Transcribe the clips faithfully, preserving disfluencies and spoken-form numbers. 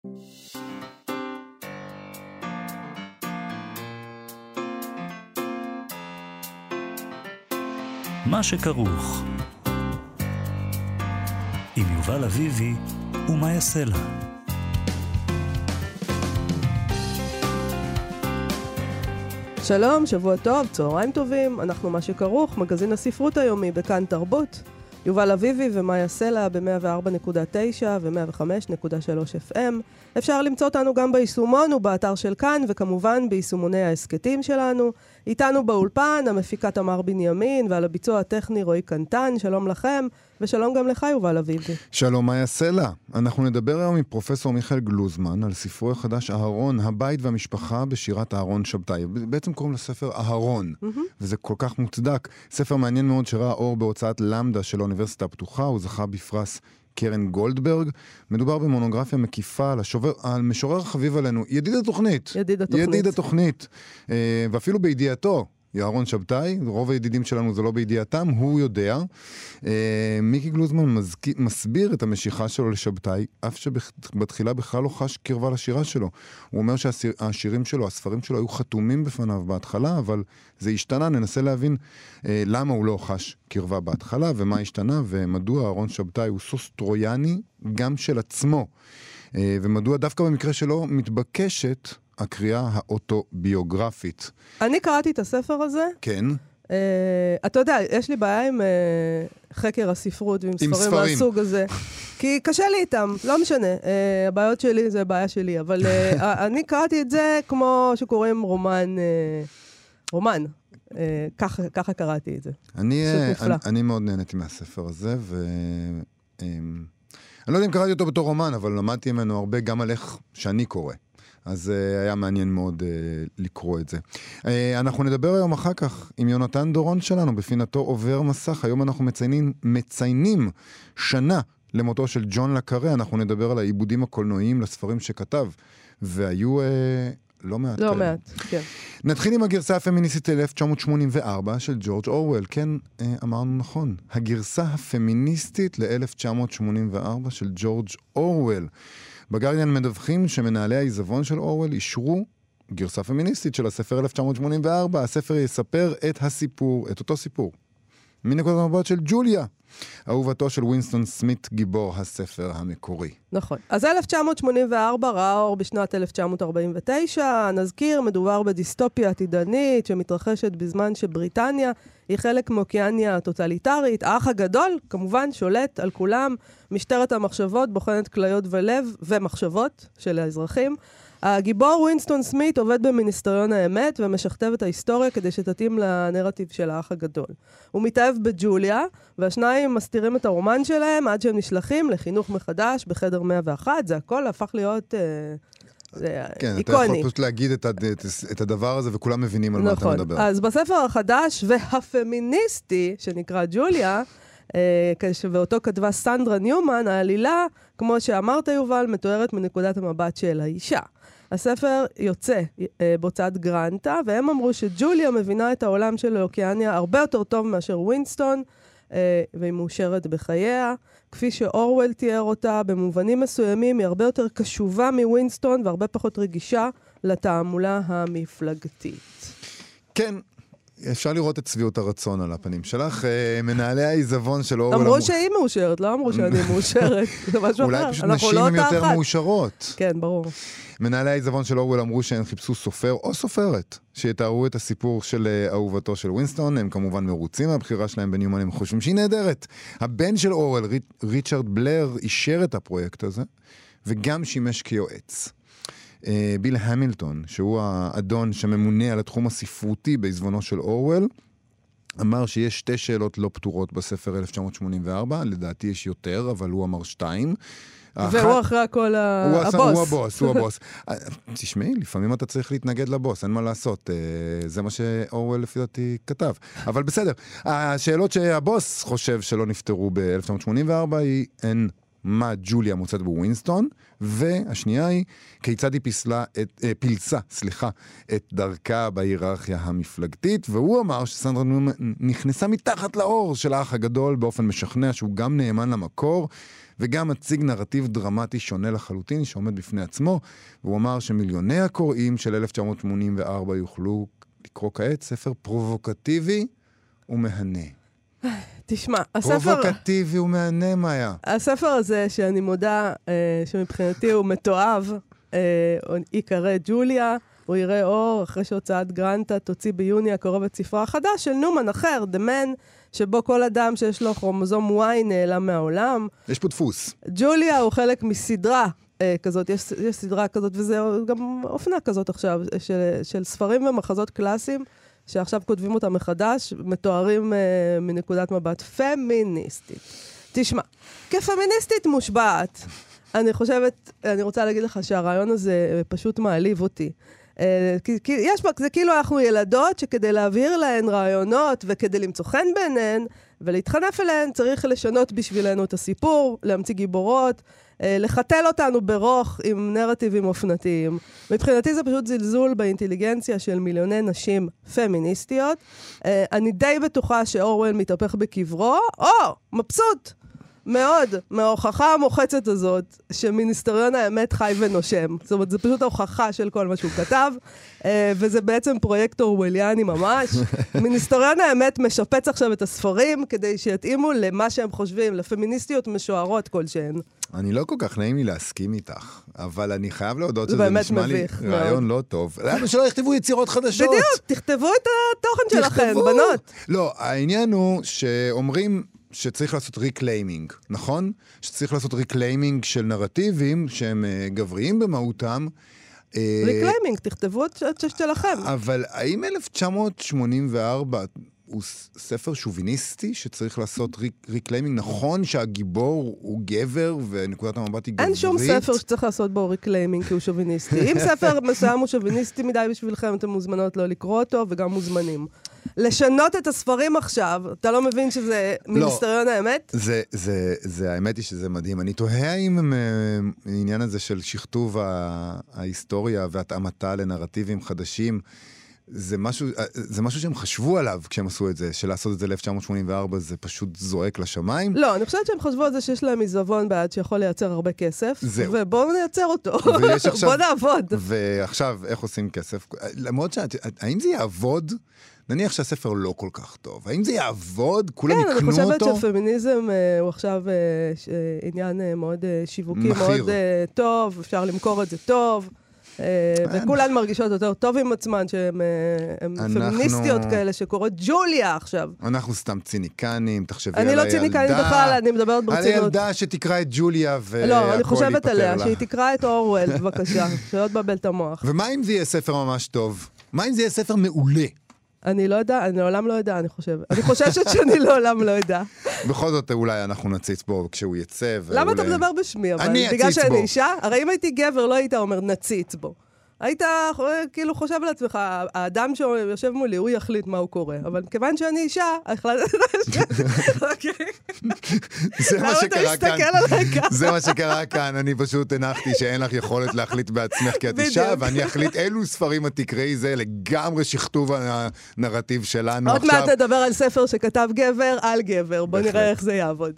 מה שכרוך עם יובל אביבי ומה יעשה לה. שלום, שבוע טוב, צהריים טובים, אנחנו מה שכרוך, מגזין הספרות היומי בכאן תרבות. יובל אביבי ומה יעשה לה ב-מאה וארבע נקודה תשע ו-מאה וחמש נקודה שלוש אף אם. אפשר למצוא אותנו גם ביישומון ובאתר של כאן, וכמובן ביישומוני העסקתים שלנו. איתנו באולפן, המפיקה תמר בנימין, ועל הביצוע הטכני רועי קנטן. שלום לכם, ושלום גם לך יובל אביבי. שלום, מה יעשה לה? אנחנו נדבר היום עם פרופסור מיכאל גלוזמן על ספרו החדש אהרון, הבית והמשפחה בשירת אהרון שבתאי. בעצם קוראים לספר אהרון, mm-hmm. וזה כל כך מוצדק. ספר מעניין מאוד שראה אור בהוצאת למדה של האוניברסיטה הפתוחה, הוא זכה בפרס קרן גולדברג. מדובר במונוגרפיה מקיפה על, השובר, על משורר חביב עלינו, ידיד התוכנית. ידיד התוכנית. ידיד התוכנית. אה, ואפילו בידיעתו, אהרון שבתאי, רוב הידידים שלנו זה לא בידיעתם, הוא יודע. אה, מיקי גלוזמן מזכ... מסביר את המשיכה שלו לשבתאי, אף שבתחילה בכלל לא חש קרבה לשירה שלו. הוא אומר שהשירים שלו, הספרים שלו היו חתומים בפניו בהתחלה, אבל זה השתנה, ננסה להבין אה, למה הוא לא חש קרבה בהתחלה, ומה השתנה, ומדוע אהרון שבתאי הוא סוס טרויאני גם של עצמו. אה, ומדוע דווקא במקרה שלו מתבקשת הקריאה האוטוביוגרפית. אני קראתי את הספר הזה. כן. Uh, אתה יודע, יש לי בעיה עם uh, חקר הספרות ועם ספרים, ספרים מהסוג הזה. כי קשה לי איתם, לא משנה. Uh, הבעיות שלי זה הבעיה שלי, אבל uh, אני קראתי את זה כמו שקוראים רומן, uh, רומן. Uh, ככה, ככה קראתי את זה. אני, uh, אני, אני מאוד נהניתי מהספר הזה, ו... Um, אני לא יודע אם קראתי אותו בתור רומן, אבל למדתי ממנו הרבה גם על איך שאני קורא. אז uh, היה מעניין מאוד uh, לקרוא את זה. Uh, אנחנו נדבר היום אחר כך עם יונתן דורון שלנו, בפינתו עובר מסך. היום אנחנו מציינים, מציינים שנה למותו של ג'ון לקארה. אנחנו נדבר על העיבודים הקולנועיים לספרים שכתב, והיו uh, לא מעט. לא מעט, כן. נתחיל עם הגרסה הפמיניסטית אלף תשע מאות שמונים וארבע של ג'ורג' אורוול. כן, uh, אמרנו נכון. הגרסה הפמיניסטית ל-אלף תשע מאות שמונים וארבע של ג'ורג' אורוול. בגרדיאן מדווחים שמנהלי העיזבון של אורוול אישרו גרסה פמיניסטית של הספר אלף תשע מאות שמונים וארבע. הספר יספר את הסיפור, את אותו סיפור. מנקודת המבט של ג'וליה, אהובתו של ווינסטון סמית, גיבור הספר המקורי. נכון. אז אלף תשע מאות שמונים וארבע ראה אור בשנת אלף תשע מאות ארבעים ותשע. נזכיר, מדובר בדיסטופיה עתידנית שמתרחשת בזמן שבריטניה היא חלק מאוקיאניה טוטליטרית. האח הגדול, כמובן, שולט על כולם. משטרת המחשבות בוחנת כליות ולב ומחשבות של האזרחים. הגיבור ווינסטון סמית עובד במיניסטריון האמת ומשכתב את ההיסטוריה כדי שתתאים לנרטיב של האח הגדול. הוא מתאהב בג'וליה, והשניים מסתירים את הרומן שלהם עד שהם נשלחים לחינוך מחדש בחדר מאה ואחת. זה הכל הפך להיות... זה כן, איקוני. אתה יכול פשוט להגיד את, הד... את הדבר הזה וכולם מבינים על נכון. מה אתה מדבר. אז בספר החדש והפמיניסטי שנקרא ג'וליה, אה, ואותו כתבה סנדרה ניומן, העלילה, כמו שאמרת יובל, מתוארת מנקודת המבט של האישה. הספר יוצא אה, בהוצאת גרנטה, והם אמרו שג'וליה מבינה את העולם של האוקיאניה הרבה יותר טוב מאשר ווינסטון, אה, והיא מאושרת בחייה. כפי שאורוול תיאר אותה, במובנים מסוימים היא הרבה יותר קשובה מווינסטון, והרבה פחות רגישה לתעמולה המפלגתית. כן, אפשר לראות את צביעות הרצון על הפנים שלך. מנהלי העיזבון של אורוול... אמרו שהיא מאושרת, לא אמרו שאני מאושרת. זה משהו אחר. אולי פשוט נשים הן יותר מאושרות. כן, ברור. מנהלי העיזבון של אורוול אמרו שהם חיפשו סופר או סופרת שיתארו את הסיפור של אהובתו של ווינסטון. הם כמובן מרוצים מהבחירה שלהם בניומן, הם חושבים שהיא נהדרת. הבן של אורוול, ריצ'רד בלר, אישר את הפרויקט הזה, וגם שימש כיועץ. ביל המילטון, שהוא האדון שממונה על התחום הספרותי בעיזבונו של אורוול, אמר שיש שתי שאלות לא פתורות בספר אלף תשע מאות שמונים וארבע, לדעתי יש יותר, אבל הוא אמר שתיים. והוא אחרי הכל הבוס. הוא הבוס, הוא הבוס. תשמעי, לפעמים אתה צריך להתנגד לבוס, אין מה לעשות. זה מה שאורוול לפי דעתי כתב. אבל בסדר, השאלות שהבוס חושב שלא נפתרו ב-אלף תשע מאות שמונים וארבע הן מה ג'וליה מוצאת בווינסטון, והשנייה היא כיצד היא פיסלה את, אה, פילסה, סליחה, את דרכה בהיררכיה המפלגתית, והוא אמר שסנדרה נומן נכנסה מתחת לאור של האח הגדול באופן משכנע שהוא גם נאמן למקור, וגם מציג נרטיב דרמטי שונה לחלוטין שעומד בפני עצמו, והוא אמר שמיליוני הקוראים של אלף תשע מאות שמונים וארבע יוכלו לקרוא כעת ספר פרובוקטיבי ומהנה. תשמע, הספר... פרובוקטיבי ומהנה, מאיה. הספר הזה, שאני מודה אה, שמבחינתי הוא מתואב, אה, יקרא ג'וליה, הוא יראה אור אחרי שהוצאת גרנטה תוציא ביוני הקרוב את ספרה החדש של נומן אחר, The Man, שבו כל אדם שיש לו כרומוזום Y נעלם מהעולם. יש פה דפוס. ג'וליה הוא חלק מסדרה אה, כזאת, יש, יש סדרה כזאת, וזה גם אופנה כזאת עכשיו, של, של ספרים ומחזות קלאסיים, שעכשיו כותבים אותם מחדש, מתוארים אה, מנקודת מבט פמיניסטית. תשמע, כפמיניסטית מושבעת, אני חושבת, אני רוצה להגיד לך שהרעיון הזה פשוט מעליב אותי. אה, כי, כי יש בה, זה כאילו אנחנו ילדות שכדי להעביר להן רעיונות וכדי למצוא חן ביניהן ולהתחנף אליהן, צריך לשנות בשבילנו את הסיפור, להמציא גיבורות, לחתל אותנו ברוך עם נרטיבים אופנתיים. מבחינתי זה פשוט זלזול באינטליגנציה של מיליוני נשים פמיניסטיות. אני די בטוחה שאורוול מתהפך בקברו, או, מבסוט מאוד מההוכחה המוחצת הזאת שמיניסטריון האמת חי ונושם. זאת אומרת, זה פשוט ההוכחה של כל מה שהוא כתב, וזה בעצם פרויקט אורווליאני ממש. מיניסטריון האמת משפץ עכשיו את הספרים כדי שיתאימו למה שהם חושבים, לפמיניסטיות משוערות כלשהן. אני לא כל כך נעים לי להסכים איתך, אבל אני חייב להודות שזה נשמע לי רעיון לא טוב. למה שלא יכתבו יצירות חדשות? בדיוק, תכתבו את התוכן שלכם, בנות. לא, העניין הוא שאומרים שצריך לעשות ריקליימינג, נכון? שצריך לעשות ריקליימינג של נרטיבים שהם גבריים במהותם. ריקליימינג, תכתבו את שלכם. אבל האם אלף תשע מאות שמונים וארבע הוא ספר שוביניסטי שצריך לעשות ריקליימינג? נכון שהגיבור הוא גבר ונקודת המבט היא גברית? אין שום ספר שצריך לעשות בו ריקליימינג כי הוא שוביניסטי. אם ספר מסוים הוא שוביניסטי מדי בשבילכם, אתם מוזמנות לא לקרוא אותו וגם מוזמנים. לשנות את הספרים עכשיו, אתה לא מבין שזה מיניסטריון האמת? זה, זה, זה, האמת היא שזה מדהים. אני תוהה אם העניין הזה של שכתוב ההיסטוריה והתאמתה לנרטיבים חדשים, זה משהו, זה משהו שהם חשבו עליו כשהם עשו את זה, שלעשות את זה ל-אלף תשע מאות שמונים וארבע זה פשוט זועק לשמיים. לא, אני חושבת שהם חשבו על זה שיש להם עיזבון בעד שיכול לייצר הרבה כסף, זהו. ובואו נייצר אותו, עכשיו, בואו נעבוד. ועכשיו, איך עושים כסף? למרות שאת, האם זה יעבוד? נניח שהספר לא כל כך טוב. האם זה יעבוד? כולם יקנו אותו? כן, אני חושבת שפמיניזם הוא עכשיו עניין מאוד שיווקי, מאוד טוב, אפשר למכור את זה טוב. וכולן מרגישות יותר טוב עם עצמן, שהן פמיניסטיות כאלה, שקוראות ג'וליה עכשיו. אנחנו סתם ציניקנים, תחשבי על הילדה. אני לא ציניקנית בכלל, אני מדברת ברצינות. על הילדה שתקרא את ג'וליה והכל ייפטר לה. לא, אני חושבת עליה, שהיא תקרא את אורוול, בבקשה, שלא תבלבל את המוח. ומה אם זה יהיה ספר ממש טוב? מה אם זה יהיה ספר מעולה? אני לא יודע, אני לעולם לא יודע, אני חושבת. אני חוששת שאני לעולם לא יודע. בכל זאת, אולי אנחנו נציץ בו כשהוא יצא. למה אתה מדבר בשמי, אבל? אני אציץ בו. בגלל שאני אישה? הרי אם הייתי גבר, לא היית אומר נציץ בו. היית כאילו חושב על עצמך, האדם שיושב מולי, הוא יחליט מה הוא קורא. אבל כיוון שאני אישה, החלטת... זה מה שקרה כאן. זה מה שקרה כאן. אני פשוט הנחתי שאין לך יכולת להחליט בעצמך כי את אישה, ואני אחליט אילו ספרים את תקראי, זה לגמרי שכתוב הנרטיב שלנו. עוד מעט נדבר על ספר שכתב גבר על גבר. בוא נראה איך זה יעבוד.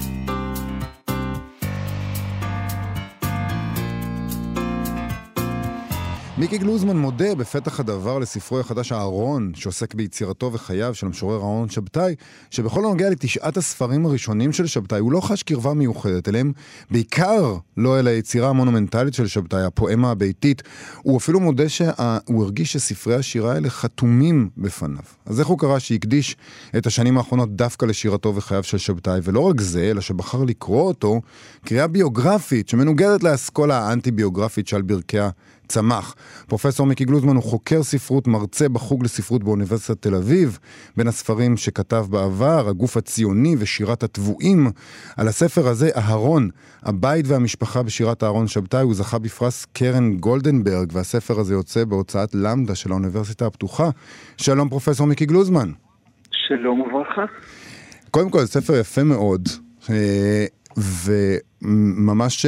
מיקי גלוזמן מודה בפתח הדבר לספרו החדש הארון, שעוסק ביצירתו וחייו של המשורר אהרון שבתאי, שבכל הנוגע לתשעת הספרים הראשונים של שבתאי, הוא לא חש קרבה מיוחדת אליהם, בעיקר לא אל היצירה המונומנטלית של שבתאי, הפואמה הביתית. הוא אפילו מודה שהוא הרגיש שספרי השירה האלה חתומים בפניו. אז איך הוא קרא שהקדיש את השנים האחרונות דווקא לשירתו וחייו של שבתאי, ולא רק זה, אלא שבחר לקרוא אותו קריאה ביוגרפית, שמנוגדת לאסכולה האנטי-ביוגרפית שעל ברכיה צמח. פרופסור מיקי גלוזמן הוא חוקר ספרות, מרצה בחוג לספרות באוניברסיטת תל אביב. בין הספרים שכתב בעבר, הגוף הציוני ושירת הטבועים. על הספר הזה, אהרון, הבית והמשפחה בשירת אהרון שבתאי, הוא זכה בפרס קרן גולדנברג, והספר הזה יוצא בהוצאת למדה של האוניברסיטה הפתוחה. שלום פרופסור מיקי גלוזמן. שלום וברכה. קודם כל, ספר יפה מאוד. וממש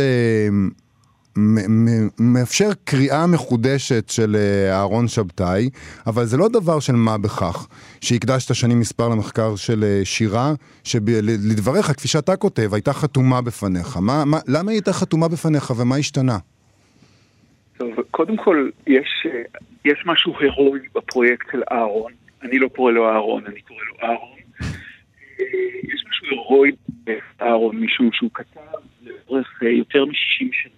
מאפשר קריאה מחודשת של אהרון שבתאי, אבל זה לא דבר של מה בכך, שהקדשת שנים מספר למחקר של שירה, שלדבריך, כפי שאתה כותב, הייתה חתומה בפניך. מה, מה, למה היא הייתה חתומה בפניך ומה השתנה? טוב, קודם כל, יש, יש משהו הירואי בפרויקט של אהרון. אני לא קורא לו אהרון, אני קורא לו אהרון. יש משהו הירואי באהרון, משום שהוא כתב לאורך יותר מ-שישים שנה.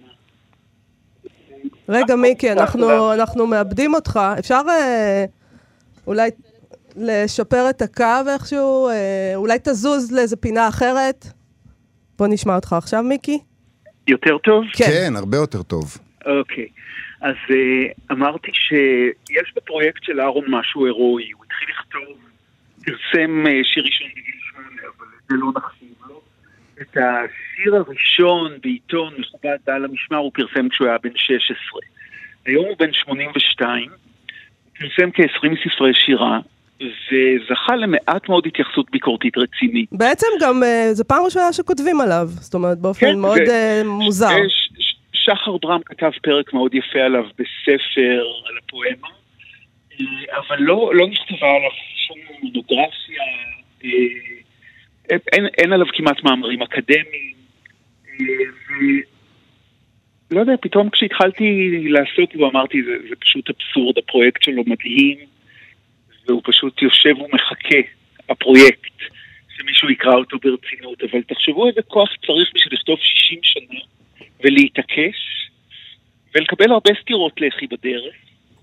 רגע, מיקי, אנחנו, אנחנו מאבדים אותך. אפשר אה, אולי לשפר את הקו איכשהו? אה, אולי תזוז לאיזה פינה אחרת? בוא נשמע אותך עכשיו, מיקי. יותר טוב? כן, כן, הרבה יותר טוב. אוקיי. אז אה, אמרתי שיש בפרויקט של אהרון משהו הירואי. הוא התחיל לכתוב, פרסם אה, שיר ראשון בגיל שמונה, אבל זה לא נחשיב לו. את השיר הראשון בעיתון מכובד בעל המשמר הוא פרסם כשהוא היה בן שש עשרה. היום הוא בן שמונים ושתיים, הוא פרסם כ-עשרים ספרי שירה, וזכה למעט מאוד התייחסות ביקורתית רצינית. בעצם גם זו פעם ראשונה שכותבים עליו, זאת אומרת באופן כן, מאוד ו- מוזר. ש- ש- שחר ברם כתב פרק מאוד יפה עליו בספר על הפואמה, אבל לא, לא נכתבה עליו שום מונוגרפיה, אין, אין עליו כמעט מאמרים אקדמיים, ולא יודע, פתאום כשהתחלתי לעשות בו אמרתי, זה, זה פשוט אבסורד, הפרויקט שלו מדהים, והוא פשוט יושב ומחכה, הפרויקט, שמישהו יקרא אותו ברצינות, אבל תחשבו איזה כוח צריך בשביל לכתוב שישים שנה, ולהתעקש, ולקבל הרבה סתירות לחי בדרך,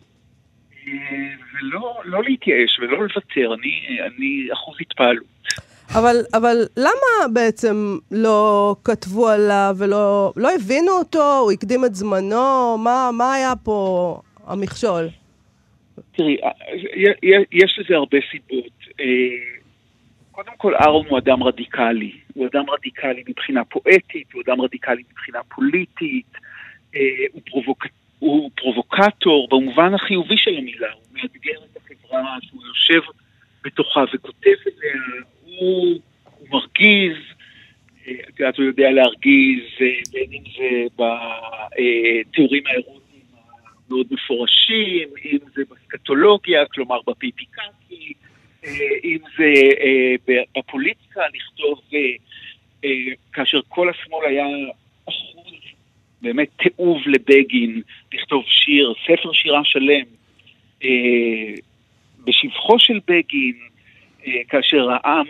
ולא לא להתייאש ולא לוותר, אני, אני אחוז התפעלות. אבל, אבל למה בעצם לא כתבו עליו ולא לא הבינו אותו, הוא הקדים את זמנו, מה, מה היה פה המכשול? תראי, יש לזה הרבה סיבות. קודם כל, אהרון הוא אדם רדיקלי. הוא אדם רדיקלי מבחינה פואטית, הוא אדם רדיקלי מבחינה פוליטית, הוא, פרובוק... הוא פרובוקטור במובן החיובי של המילה, הוא מאתגר את החברה שהוא יושב בתוכה וכותב אליה, הוא, הוא מרגיז, את הוא יודע להרגיז, בין אם זה בתיאורים האירוטיים המאוד מפורשים, אם זה בסקטולוגיה, כלומר בפיפיקקי, אם זה בפוליטיקה, לכתוב, כאשר כל השמאל היה אחוז, באמת תיעוב לבגין, לכתוב שיר, ספר שירה שלם, בשבחו של בגין, כאשר העם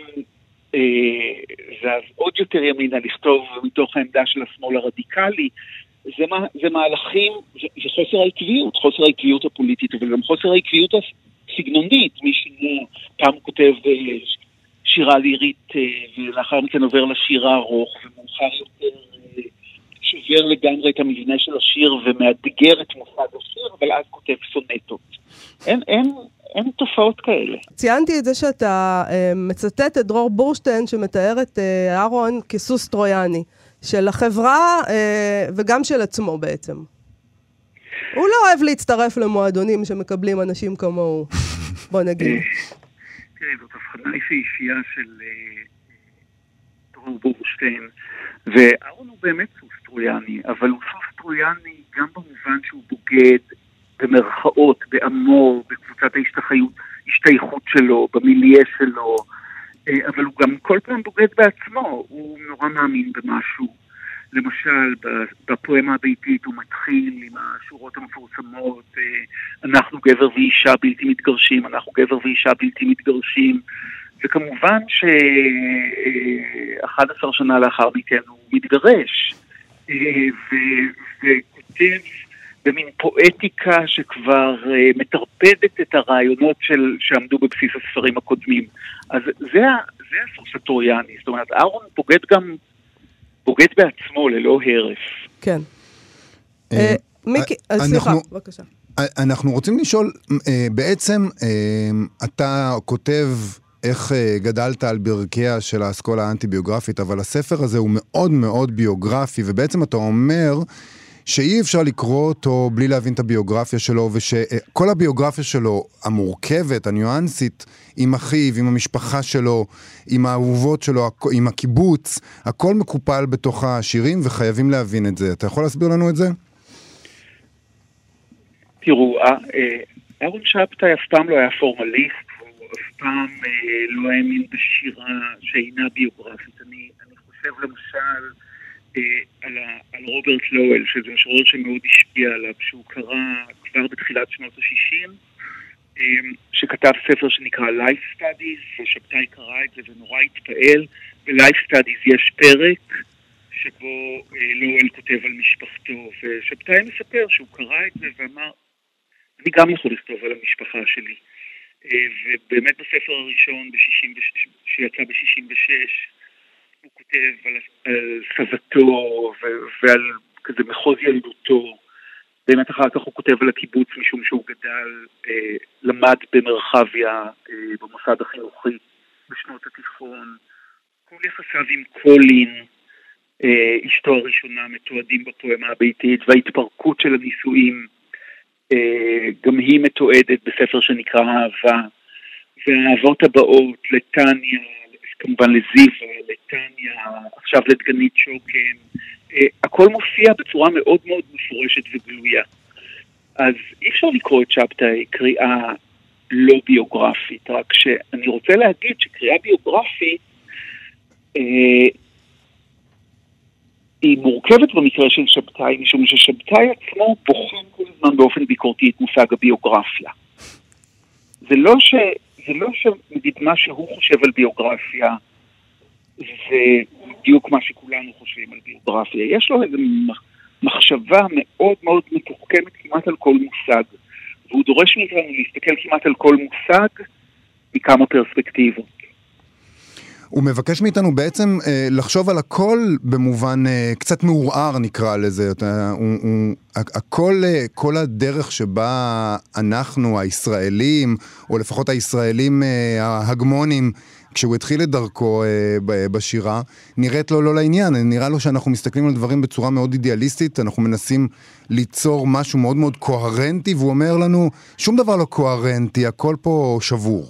זז עוד יותר ימינה לכתוב מתוך העמדה של השמאל הרדיקלי, זה, מה, זה מהלכים, זה, זה חוסר העקביות, חוסר העקביות הפוליטית, אבל גם חוסר העקביות הסגנונית. מי שפעם כותב שירה לירית, ולאחר מכן עובר לשירה ארוך, ומאוחר יותר שובר לגמרי את המבנה של השיר, ומאתגר את מוסד השיר, אבל אז כותב סונטות. אין, אין, אין תופעות כאלה. ציינתי את זה שאתה אה, מצטט את דרור בורשטיין, שמתאר את אה, אהרון כסוס טרויאני, של החברה אה, וגם של עצמו בעצם. הוא לא אוהב להצטרף למועדונים שמקבלים אנשים כמוהו, בוא נגיד. תראי, זאת הבחנה אישייה של דרור בורשטיין, ואהרון הוא באמת סוס טרויאני, אבל הוא סוס טרויאני גם במובן שהוא בוגד, במרכאות, בעמו, בקבוצת ההשתייכות, השתייכות שלו, במיליה שלו, אבל הוא גם כל פעם בוגד בעצמו, הוא נורא מאמין במשהו. למשל, בפואמה הביתית הוא מתחיל עם השורות המפורסמות, אנחנו גבר ואישה בלתי מתגרשים, אנחנו גבר ואישה בלתי מתגרשים, וכמובן ש-אחת עשרה שנה לאחר מכן הוא מתגרש, וכותב במין פואטיקה שכבר uh, מטרפדת את הרעיונות של, שעמדו בבסיס הספרים הקודמים. אז זה, זה הסוס הטרויאני. זאת אומרת, אהרון בוגד גם, בוגד בעצמו ללא הרף. כן. מיקי, סליחה, בבקשה. אנחנו רוצים לשאול, בעצם אתה כותב איך גדלת על ברכיה של האסכולה האנטי-ביוגרפית, אבל הספר הזה הוא מאוד מאוד ביוגרפי, ובעצם אתה אומר שאי אפשר לקרוא אותו בלי להבין את הביוגרפיה שלו, ושכל הביוגרפיה שלו המורכבת, הניואנסית, עם אחיו, עם המשפחה שלו, עם האהובות שלו, עם הקיבוץ, הכל מקופל בתוך השירים, וחייבים להבין את זה. אתה יכול להסביר לנו את זה? תראו, אהרון שבתאי אף פעם לא היה פורמליסט, הוא אף פעם לא האמין בשירה שאינה ביוגרפית. אני, אני חושב למשל על, ה, על רוברט לואל, שזה משורר שמאוד השפיע עליו, שהוא קרא כבר בתחילת שנות ה-שישים, שכתב ספר שנקרא Life Studies, ושבתאי קרא את זה ונורא התפעל. ב-Life Studies יש פרק שבו לואל כותב על משפחתו, ושבתאי מספר שהוא קרא את זה ואמר, אני גם יכול לכתוב על המשפחה שלי. ובאמת בספר הראשון ב-שישים ושש, שיצא ב-שישים ושש, הוא כותב על, על סבתו ו- ועל כזה מחוז ילדותו. באמת אחר כך הוא כותב על הקיבוץ משום שהוא גדל, אה, למד במרחביה, אה, במוסד החינוכי בשנות התיכון. כל יחסיו עם קולין, אה, אשתו הראשונה, מתועדים בפואמה הביתית, וההתפרקות של הנישואים, אה, גם היא מתועדת בספר שנקרא אהבה, והאהבות הבאות לטניה, כמובן לזיווה, לטניה, עכשיו לדגנית שוקן, uh, הכל מופיע בצורה מאוד מאוד מפורשת וגלויה. אז אי אפשר לקרוא את שבתאי קריאה לא ביוגרפית, רק שאני רוצה להגיד שקריאה ביוגרפית uh, היא מורכבת במקרה של שבתאי, משום ששבתאי עצמו בוחן כל הזמן באופן ביקורתי את מושג הביוגרפיה. זה לא ש... זה לא שנגיד מה שהוא חושב על ביוגרפיה, זה בדיוק מה שכולנו חושבים על ביוגרפיה. יש לו איזו מחשבה מאוד מאוד מתוחכמת כמעט על כל מושג, והוא דורש מאיתנו להסתכל כמעט על כל מושג מכמה פרספקטיבות. הוא מבקש מאיתנו בעצם אה, לחשוב על הכל במובן אה, קצת מעורער נקרא לזה. אתה, הוא, הוא, הכל, אה, כל הדרך שבה אנחנו הישראלים, או לפחות הישראלים אה, ההגמונים, כשהוא התחיל את דרכו אה, בשירה, נראית לו לא לעניין. נראה לו שאנחנו מסתכלים על דברים בצורה מאוד אידיאליסטית, אנחנו מנסים ליצור משהו מאוד מאוד קוהרנטי, והוא אומר לנו, שום דבר לא קוהרנטי, הכל פה שבור.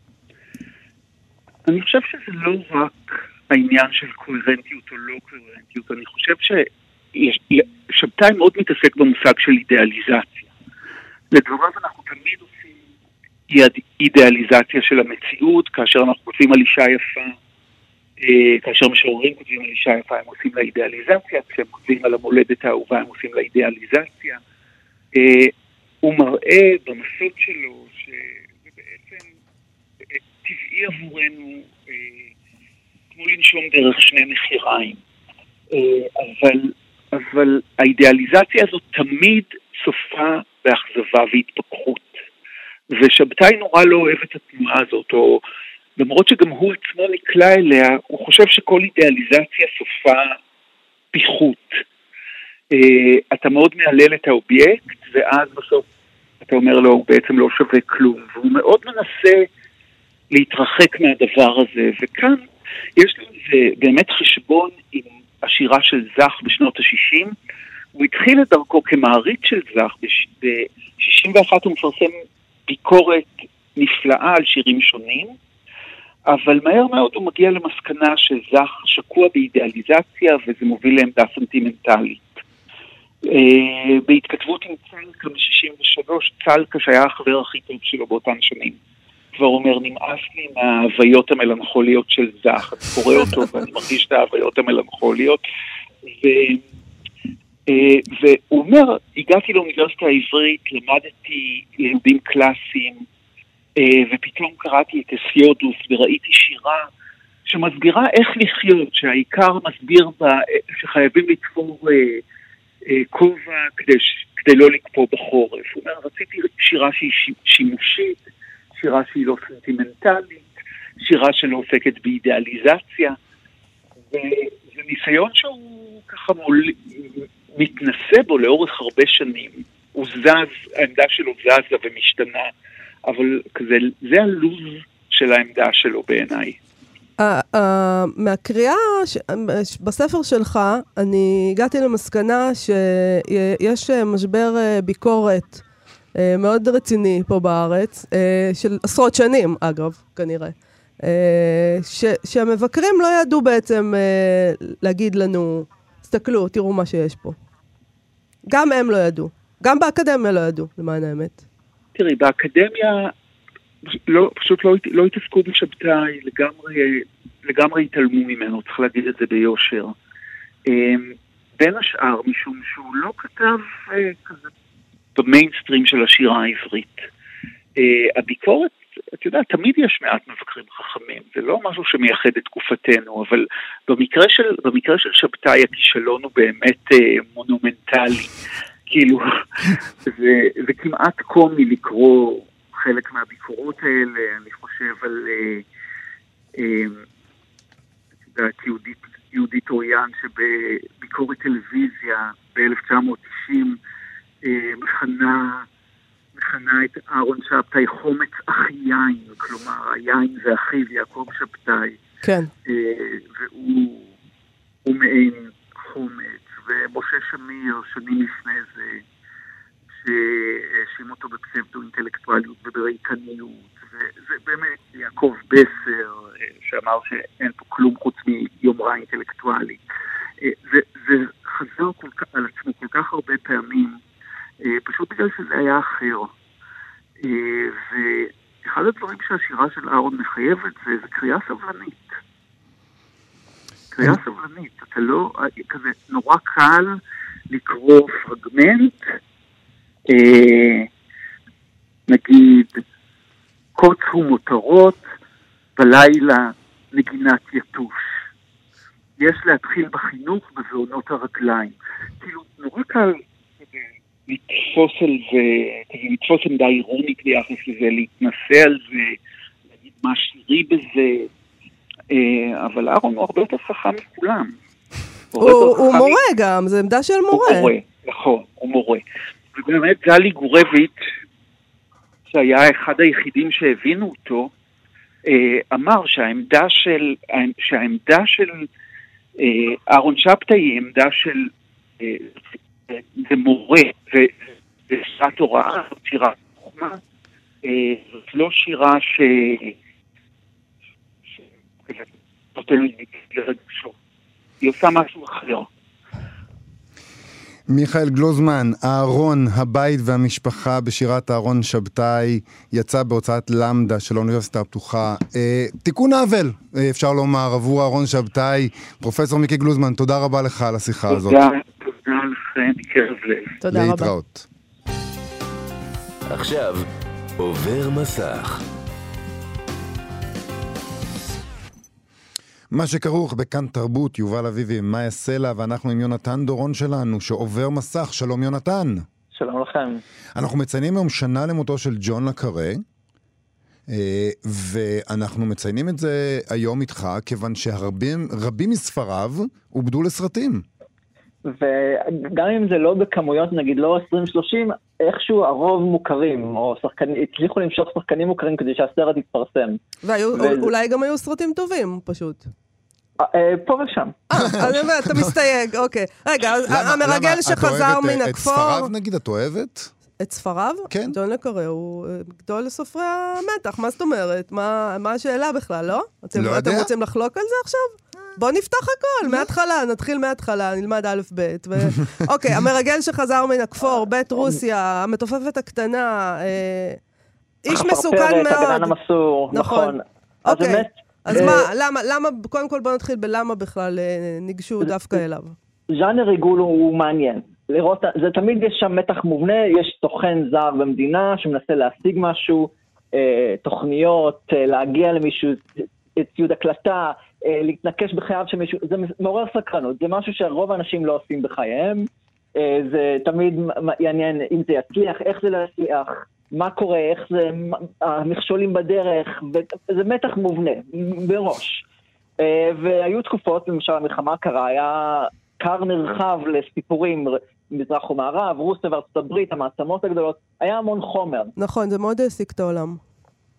אני חושב שזה לא רק העניין של קוהרנטיות או לא קוהרנטיות, אני חושב ששבתאי מאוד מתעסק במושג של אידיאליזציה. לדבריו אנחנו תמיד עושים אידיאליזציה של המציאות, כאשר אנחנו כותבים על אישה יפה, כאשר משוררים כותבים על אישה יפה, הם עושים לה אידיאליזציה, כשהם כותבים על המולדת האהובה, הם עושים לה אידיאליזציה. הוא מראה במסות שלו שזה בעצם טבעי עבורנו, אה, כמו לנשום דרך שני מחיריים. אה, אבל, אבל האידיאליזציה הזאת תמיד סופה באכזבה והתפכחות. ושבתאי נורא לא אוהב את התנועה הזאת, או למרות שגם הוא עצמו נקלע אליה, הוא חושב שכל אידיאליזציה סופה פיחות. אה, אתה מאוד מעלל את האובייקט, ואז בסוף אתה אומר לו, הוא בעצם לא שווה כלום. והוא מאוד מנסה להתרחק מהדבר הזה, וכאן יש לו באמת חשבון עם השירה של זך בשנות ה-שישים. הוא התחיל את דרכו כמעריץ של זך, ב-שישים ואחת הוא מפרסם ביקורת נפלאה על שירים שונים, אבל מהר מאוד הוא מגיע למסקנה שזך שקוע באידיאליזציה, וזה מוביל לעמדה סנטימנטלית. בהתכתבות עם צלקה ב-שישים ושלוש, צלקה שהיה החבר הכי טוב שלו באותן שנים, כבר אומר, נמאס לי מההוויות המלנכוליות של זך, אני קורא אותו ואני מרגיש את ההוויות המלנכוליות, ו... והוא אומר, הגעתי לאוניברסיטה העברית, למדתי לימודים קלאסיים, ופתאום קראתי את אסיודוס וראיתי שירה שמסבירה איך לחיות, שהעיקר מסביר בה, שחייבים לתפור כובע כדי, כדי לא לקפוא בחורף. הוא אומר, רציתי שירה שהיא שימושית, שירה שהיא לא סנטימנטלית, שירה שלא עוסקת באידיאליזציה, וזה ניסיון שהוא ככה מול... מתנסה בו לאורך הרבה שנים. הוא זז, העמדה שלו זזה ומשתנה, אבל כזה, זה הלוז של העמדה שלו בעיניי. מהקריאה בספר שלך, אני הגעתי למסקנה שיש משבר ביקורת מאוד רציני פה בארץ, של עשרות שנים, אגב, כנראה, שהמבקרים לא ידעו בעצם להגיד לנו, תסתכלו, תראו מה שיש פה. גם הם לא ידעו. גם באקדמיה לא ידעו, למען האמת. תראי, באקדמיה לא, פשוט לא, לא התעסקו בשבתאי, לגמרי, לגמרי התעלמו ממנו, צריך להגיד את זה ביושר. בין השאר, משום שהוא לא כתב כזה במיינסטרים של השירה העברית. הביקורת, את יודעת, תמיד יש מעט מבקרים חכמים, זה לא משהו שמייחד את תקופתנו, אבל במקרה של, במקרה של שבתאי הכישלון הוא באמת מונומנטלי. כאילו, זה, זה כמעט קומי לקרוא חלק מהביקורות האלה. אני חושב על, את יודעת, יהודית, יהודית אוריאן שבביקורת טלוויזיה ב-אלף תשע מאות תשעים מכנה, מכנה את אהרון שבתאי חומץ אחי יין, כלומר, היין זה אחיו יעקב שבתאי. כן. והוא הוא מעין חומץ. ומשה שמיר, שנים לפני זה, שהאשים אותו בפסבדו-אינטלקטואליות ובריקניות, וזה באמת יעקב בסר, שאמר שאין פה כלום חוץ מיומרה אינטלקטואלית. זה, זה חזר כל כך, על עצמו כל כך הרבה פעמים, פשוט בגלל שזה היה אחר. ואחד הדברים שהשירה של אהרון מחייבת זה, זה קריאה סבלנית. קריאה סבלנית, אתה לא, כזה נורא קל לקרוא פרגמנט, אה, נגיד, קוצו מותרות, בלילה נגינת יתוש. יש להתחיל בחינוך בזעונות הרגליים. כאילו, נורא קל לתפוס על זה, כזה לתפוס עמדה אירונית ביחס לזה, להתנסה על זה, להגיד מה שירי בזה, אבל אהרון הוא הרבה יותר חכם מכולם. הוא מורה גם, זה עמדה של מורה. הוא מורה, נכון, הוא מורה. ובאמת גלי גורביץ', שהיה אחד היחידים שהבינו אותו, אמר שהעמדה של, שהעמדה של אהרון שבתאי היא עמדה של, זה מורה, זה שירת הוראה, זאת שירת חוכמה, זאת לא שירה ש... נותן לי לרגשו. היא עושה משהו אחר. מיכאל גלוזמן, אהרון, הבית והמשפחה בשירת אהרון שבתאי, יצא בהוצאת למדה של האוניברסיטה הפתוחה. אה, תיקון עוול, אה, אפשר לומר, עבור אהרון שבתאי. פרופסור מיקי גלוזמן, תודה רבה לך על השיחה תודה, הזאת. תודה, תודה לכם, מקרב לב. תודה רבה. להתראות. עכשיו, עובר מסך. מה שכרוך בכאן תרבות, יובל אביבי, מאיה סלע, ואנחנו עם יונתן דורון שלנו, שעובר מסך. שלום יונתן. שלום לכם. אנחנו מציינים היום שנה למותו של ג'ון לקארה, ואנחנו מציינים את זה היום איתך, כיוון שרבים רבים מספריו עובדו לסרטים. וגם אם זה לא בכמויות, נגיד לא עשרים שלושים, איכשהו הרוב מוכרים, או שחקנים, הצליחו למשוך שחקנים מוכרים כדי שהסרט יתפרסם. ואולי גם היו סרטים טובים, פשוט. פה ושם. אה, אתה מסתייג, אוקיי. רגע, המרגל שחזר מן הכפור... את ספריו נגיד, את אוהבת? את ספריו? כן. ג'ון לקארה הוא גדול לסופרי המתח, מה זאת אומרת? מה השאלה בכלל, לא? לא יודע. אתם רוצים לחלוק על זה עכשיו? בוא נפתח הכל, מההתחלה, נתחיל מההתחלה, נלמד א' ב'. אוקיי, המרגל שחזר מן הכפור, בית רוסיה, המתופפת הקטנה, איש מסוכן מאוד. החפרפרת, הגנן המסור, נכון. אוקיי, אז מה, למה, למה, קודם כל בוא נתחיל בלמה בכלל ניגשו דווקא אליו. ז'אנר ריגול הוא מעניין. לראות, זה תמיד יש שם מתח מובנה, יש תוכן זר במדינה שמנסה להשיג משהו, תוכניות, להגיע למישהו, ציוד הקלטה, להתנקש בחייו של מישהו, זה מעורר סקרנות, זה משהו שרוב האנשים לא עושים בחייהם, זה תמיד יעניין אם זה יצליח, איך זה לא יצליח, מה קורה, איך זה, המכשולים בדרך, זה מתח מובנה, בראש. והיו תקופות, למשל המלחמה הקרה, היה קר נרחב לסיפורים, מזרח ומערב, רוסיה וארצות הברית, המעצמות הגדולות, היה המון חומר. נכון, זה מאוד העסיק את העולם.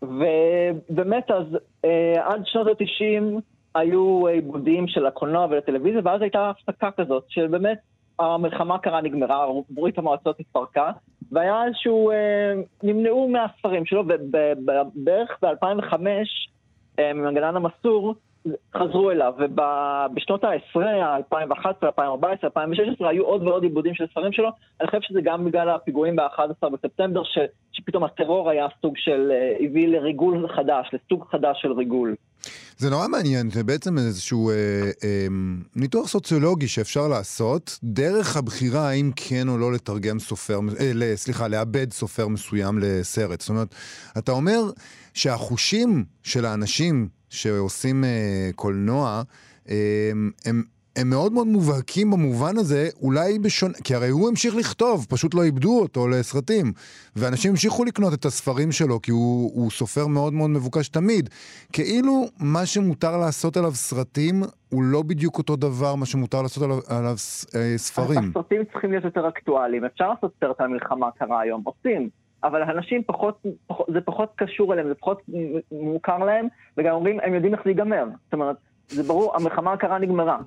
ובאמת אז עד שנות ה-תשעים היו עיבודים של הקולנוע ולטלוויזיה, ואז הייתה הפסקה כזאת, שבאמת המלחמה קרה נגמרה, ברית המועצות התפרקה, והיה איזשהו, נמנעו מהספרים שלו, ובערך ב-אלפיים וחמש, מגנן המסור, חזרו אליו, ובשנות ה-עשרה, אלפיים ואחת עשרה, אלפיים וארבע עשרה, אלפיים ושש עשרה, היו עוד ועוד עיבודים של ספרים שלו. אני חושב שזה גם בגלל הפיגועים ב-אחד עשר בספטמבר, ש... שפתאום הטרור היה סוג של, הביא לריגול חדש, לסוג חדש של ריגול. זה נורא מעניין, זה בעצם איזשהו אה, אה, ניתוח סוציולוגי שאפשר לעשות, דרך הבחירה האם כן או לא לתרגם סופר, אה, סליחה, לאבד סופר מסוים לסרט. זאת אומרת, אתה אומר שהחושים של האנשים שעושים אה, קולנוע, אה, הם, הם מאוד מאוד מובהקים במובן הזה, אולי בשונה, כי הרי הוא המשיך לכתוב, פשוט לא איבדו אותו לסרטים, ואנשים המשיכו לקנות את הספרים שלו, כי הוא, הוא סופר מאוד מאוד מבוקש תמיד. כאילו מה שמותר לעשות עליו סרטים, הוא לא בדיוק אותו דבר, מה שמותר לעשות עליו, עליו אה, ספרים. הסרטים צריכים להיות יותר אקטואליים, אפשר לעשות סרט על מלחמה קרה היום, עושים. אבל האנשים פחות, פחות, זה פחות קשור אליהם, זה פחות מוכר להם, וגם אומרים, הם יודעים איך זה ייגמר. זאת אומרת, זה ברור, המלחמה הקרה נגמרה.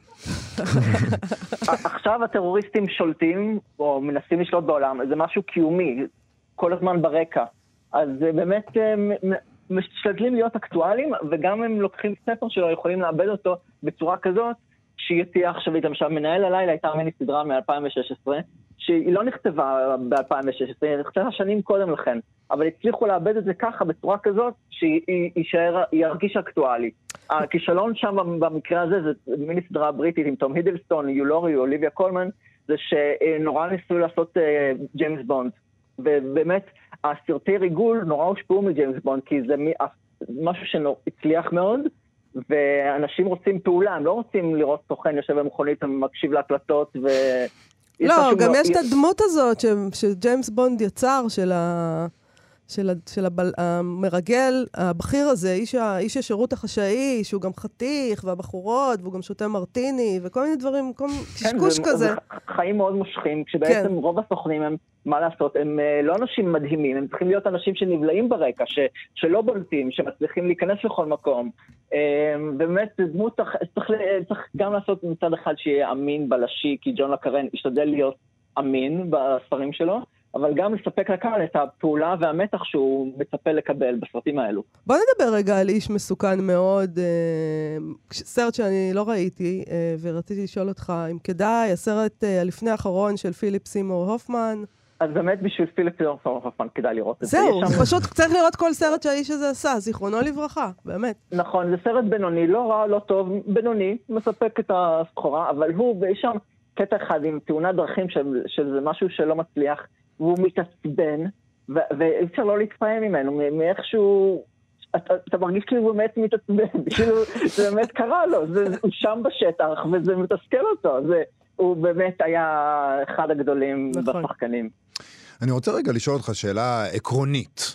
עכשיו הטרוריסטים שולטים, או מנסים לשלוט בעולם, זה משהו קיומי, כל הזמן ברקע. אז באמת משתדלים להיות אקטואליים, וגם הם לוקחים ספר שלו, יכולים לאבד אותו בצורה כזאת, שהיא תהיה עכשווית. למשל, מנהל הלילה הייתה מיני סדרה מ-אלפיים ושש עשרה, שהיא לא נכתבה ב-אלפיים ושש עשרה, היא נכתבה שנים קודם לכן, אבל הצליחו לאבד את זה ככה, בצורה כזאת, שהיא יישאר, היא ירגיש אקטואלי. הכישלון שם במקרה הזה, זה מיני סדרה בריטית עם תום הידלסטון, יו לורי, אוליביה קולמן, זה שנורא ניסו לעשות uh, ג'יימס בונד. ובאמת, הסרטי ריגול נורא הושפעו מג'יימס בונד, כי זה משהו שהצליח מאוד, ואנשים רוצים פעולה, הם לא רוצים לראות סוכן יושב במכונית ומקשיב להקלטות ו... לא, גם יש את הדמות הזאת שג'יימס בונד יצר, של ה... של, של הבל, המרגל, הבכיר הזה, איש, איש השירות החשאי, שהוא גם חתיך, והבחורות, והוא גם שותה מרטיני, וכל מיני דברים, כל מיני קשקוש כזה. זה חיים מאוד מושכים, כשבעצם כן. רוב הסוכנים הם, מה לעשות, הם לא אנשים מדהימים, הם צריכים להיות אנשים שנבלעים ברקע, ש, שלא בולטים, שמצליחים להיכנס לכל מקום. באמת, דמות צריך, צריך גם לעשות מצד אחד שיהיה אמין בלשי, כי ג'ון לקרן השתדל להיות אמין בספרים שלו, אבל גם לספק לקהל את הפעולה והמתח שהוא מצפה לקבל בסרטים האלו. בוא נדבר רגע על איש מסוכן מאוד, אה, סרט שאני לא ראיתי, אה, ורציתי לשאול אותך אם כדאי, הסרט אה, הלפני האחרון של פיליפ סימור הופמן. אז באמת בשביל פיליפ סימור הופמן כדאי לראות את זה. זהו, שם... פשוט צריך לראות כל סרט שהאיש הזה עשה, זיכרונו לברכה, באמת. נכון, זה סרט בינוני, לא רע, לא טוב, בינוני, מספק את הסחורה, אבל הוא, ויש שם קטע אחד עם תאונת דרכים של, שזה משהו שלא מצליח, והוא מתעצבן, ואי אפשר לא להתפעם ממנו, מאיכשהו, אתה, אתה מרגיש כאילו הוא באמת מתעצבן, כאילו זה באמת קרה לו, זה, הוא שם בשטח, וזה מתסכל אותו, זה, הוא באמת היה אחד הגדולים נכון. בשחקנים. אני רוצה רגע לשאול אותך שאלה עקרונית,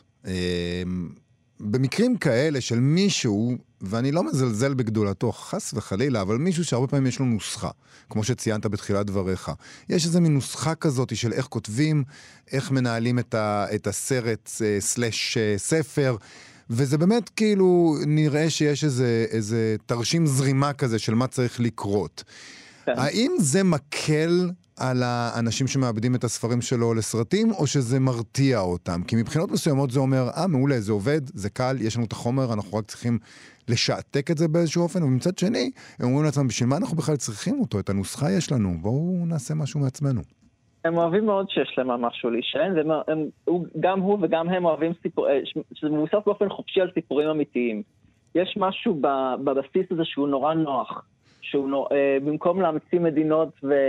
במקרים כאלה של מישהו, ואני לא מזלזל בגדולתו, חס וחלילה, אבל מישהו שהרבה פעמים יש לו נוסחה, כמו שציינת בתחילת דבריך. יש איזו מין נוסחה כזאת של איך כותבים, איך מנהלים את, ה, את הסרט סלש ספר, וזה באמת כאילו נראה שיש איזה, איזה תרשים זרימה כזה של מה צריך לקרות. כן. האם זה מקל על האנשים שמאבדים את הספרים שלו לסרטים, או שזה מרתיע אותם? כי מבחינות מסוימות זה אומר, אה, מעולה, זה עובד, זה קל, יש לנו את החומר, אנחנו רק צריכים לשעתק את זה באיזשהו אופן, ומצד שני, הם אומרים לעצמם, בשביל מה אנחנו בכלל צריכים אותו? את הנוסחה יש לנו, בואו נעשה משהו מעצמנו. הם אוהבים מאוד שיש להם משהו להישען, גם הוא וגם הם אוהבים סיפורים, שזה מבוסס באופן חופשי על סיפורים אמיתיים. יש משהו בבסיס הזה שהוא נורא נוח, שהוא נורא, במקום להמציא מדינות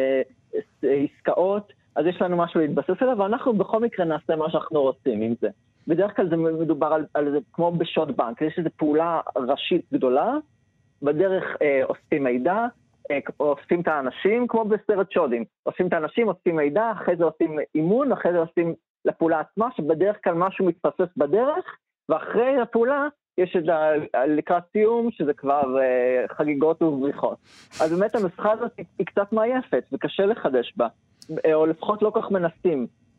ועסקאות, אז יש לנו משהו להתבסס עליו, ואנחנו בכל מקרה נעשה מה שאנחנו רוצים עם זה. בדרך כלל זה מדובר על, על זה כמו בשוט בנק, יש איזו פעולה ראשית גדולה, בדרך אה, אוספים מידע, אה, אוספים את האנשים, כמו בסרט שודים. אוספים את האנשים, אוספים מידע, אחרי זה עושים אימון, אחרי זה עושים לפעולה עצמה, שבדרך כלל משהו מתפסס בדרך, ואחרי הפעולה יש את לקראת סיום, שזה כבר אה, חגיגות ובריחות. אז באמת הנוסחה הזאת היא, היא קצת מעייפת, וקשה לחדש בה, או לפחות לא כך מנסים.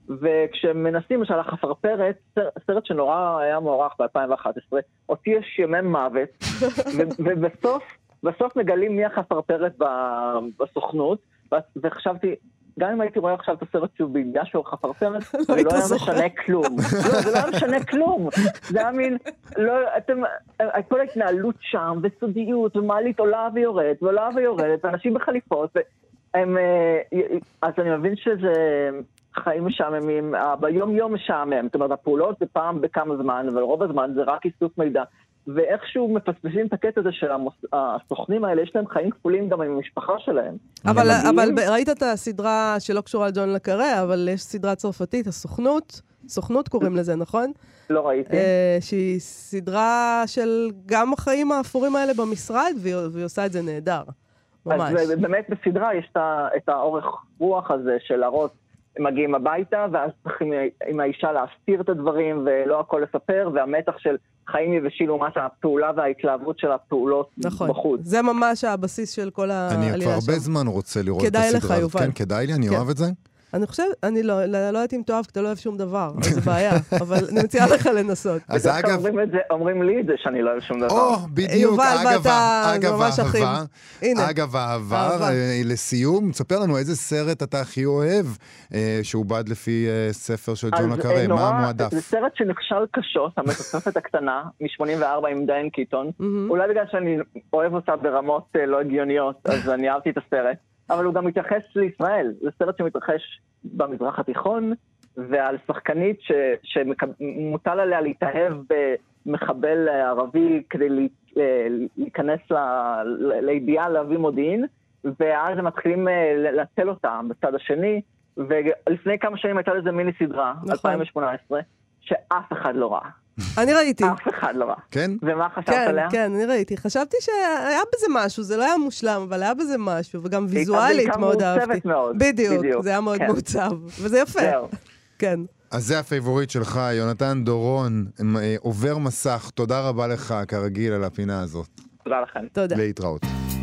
וכשמנסים, למשל, החפרפרת, סרט שנורא היה מוערך ב-אלפיים ואחת עשרה, אותי יש ימי מוות, ובסוף, בסוף מגלים מי החפרפרת בסוכנות, וחשבתי, גם אם הייתי רואה עכשיו את הסרט שהוא בידיעה שהוא חפרפרת, זה לא היה משנה כלום. לא, זה לא היה משנה כלום. זה היה מין, לא, אתם, כל ההתנהלות שם, וסודיות, ומעלית עולה ויורדת, ועולה ויורדת, ואנשים בחליפות, והם, אז אני מבין שזה חיים משעממים, ביום יום משעמם, זאת אומרת, הפעולות זה פעם בכמה זמן, אבל רוב הזמן זה רק איסוף מידע. ואיכשהו מפספסים את הקטע הזה של הסוכנים האלה, יש להם חיים כפולים גם עם המשפחה שלהם. אבל, אבל ראית את הסדרה שלא קשורה לג'ון לקרה, אבל יש סדרה צרפתית, הסוכנות, סוכנות קוראים לזה, נכון? לא ראיתי. שהיא סדרה של גם החיים האפורים האלה במשרד, והיא עושה את זה נהדר. ממש. אז באמת בסדרה יש את האורך רוח הזה של להראות, הם מגיעים הביתה, ואז צריכים עם האישה להסתיר את הדברים, ולא הכל לספר, והמתח של חיים יבשי לעומת הפעולה וההתלהבות של הפעולות נכון. בחוץ. זה ממש הבסיס של כל העלייה שם. אני כבר הרבה זמן רוצה לראות את הסדרה. כדאי לך, יובל. כן, כדאי לי, אני כן. אוהב את זה. אני חושב, אני לא, לא, לא יודעת אם תאהב, כי אתה לא אוהב שום דבר, אז זה בעיה, אבל אני מציעה לך לנסות. אז אגב... אומרים, את זה, אומרים לי את זה שאני לא אוהב שום דבר. או, בדיוק, יובל, אגב, ואתה אגב ממש אחים. אהבה, הנה. אגב אהבה, אה, לסיום, תספר לנו איזה סרט אתה הכי אוהב, אה, שהוא בד לפי אה, ספר של ג'ון לקרה, אה, מה המועדף? זה סרט שנכשל קשות, המתופפת הקטנה, מ-שמונים וארבע עם דיין קיטון, אולי בגלל שאני אוהב אותה ברמות אה, לא הגיוניות, אז אני אהבתי את הסרט. אבל הוא גם מתייחס לישראל. זה סרט שמתרחש במזרח התיכון, ועל שחקנית ש, שמוטל עליה להתאהב במחבל ערבי כדי לה, להיכנס לה, לידיעה להביא מודיעין, ואז הם מתחילים לצל אותה בצד השני, ולפני כמה שנים הייתה לזה מיני סדרה, נכון. אלפיים ושמונה עשרה, שאף אחד לא ראה. אני ראיתי. אף אחד לא ראה. כן? ומה חשבת כן, עליה? כן, אני ראיתי. חשבתי שהיה בזה משהו, זה לא היה מושלם, אבל היה בזה משהו, וגם ויזואלית מאוד אהבתי. מאוד. בדיוק, בדיוק, זה היה מאוד כן. מעוצב, וזה יפה. זהו. כן. אז זה הפייבוריט שלך, יונתן דורון, עובר מסך. תודה רבה לך, כרגיל, על הפינה הזאת. תודה לכם. תודה. להתראות.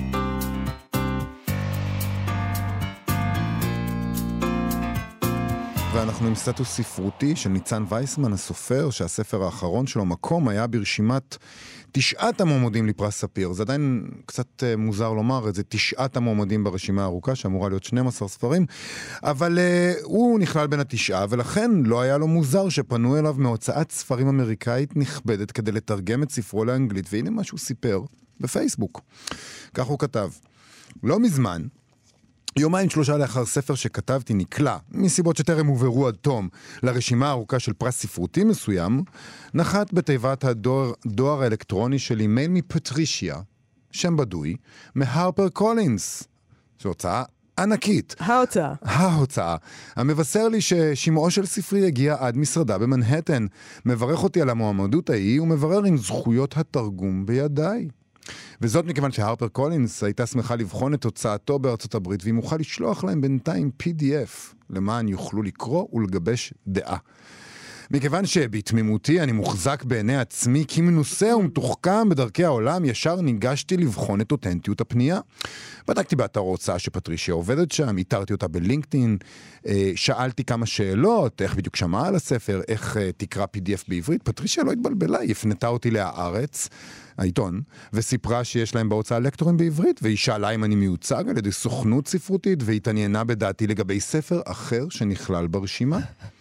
ואנחנו עם סטטוס ספרותי של ניצן וייסמן, הסופר, שהספר האחרון שלו, מקום, היה ברשימת תשעת המועמדים לפרס ספיר. זה עדיין קצת מוזר לומר את זה, תשעת המועמדים ברשימה הארוכה, שאמורה להיות שנים עשר ספרים, אבל uh, הוא נכלל בין התשעה, ולכן לא היה לו מוזר שפנו אליו מהוצאת ספרים אמריקאית נכבדת כדי לתרגם את ספרו לאנגלית, והנה מה שהוא סיפר בפייסבוק. כך הוא כתב, לא מזמן, יומיים שלושה לאחר ספר שכתבתי נקלע, מסיבות שטרם הובהרו עד תום, לרשימה הארוכה של פרס ספרותי מסוים, נחת בתיבת הדואר, דואר האלקטרוני של אימייל מפטרישיה, שם בדוי, מהרפר קולינס, שהוצאה ענקית. ההוצאה. ההוצאה. המבשר לי ששמעו של ספרי הגיע עד משרדה במנהטן, מברך אותי על המועמדות ההיא, ומברר עם זכויות התרגום בידיי. וזאת מכיוון שהרפר קולינס הייתה שמחה לבחון את הוצאתו בארצות הברית, והיא מוכנה לשלוח להם בינתיים פי די אף, למען יוכלו לקרוא ולגבש דעה. מכיוון שבתמימותי אני מוחזק בעיני עצמי כמנוסה ומתוחכם בדרכי העולם, ישר ניגשתי לבחון את אותנטיות הפנייה. בדקתי באתר ההוצאה שפטרישיה עובדת שם, איתרתי אותה בלינקדאין, שאלתי כמה שאלות, איך בדיוק שמעה על הספר, איך תקרא פי די אף בעברית. פטרישיה לא התבלבלה, היא הפנתה אותי להארץ, העיתון, וסיפרה שיש להם בהוצאה לקטורים בעברית, והיא שאלה אם אני מיוצג על ידי סוכנות ספרותית, והתעניינה בדעתי לגבי ספר אחר שנכלל ברשימה.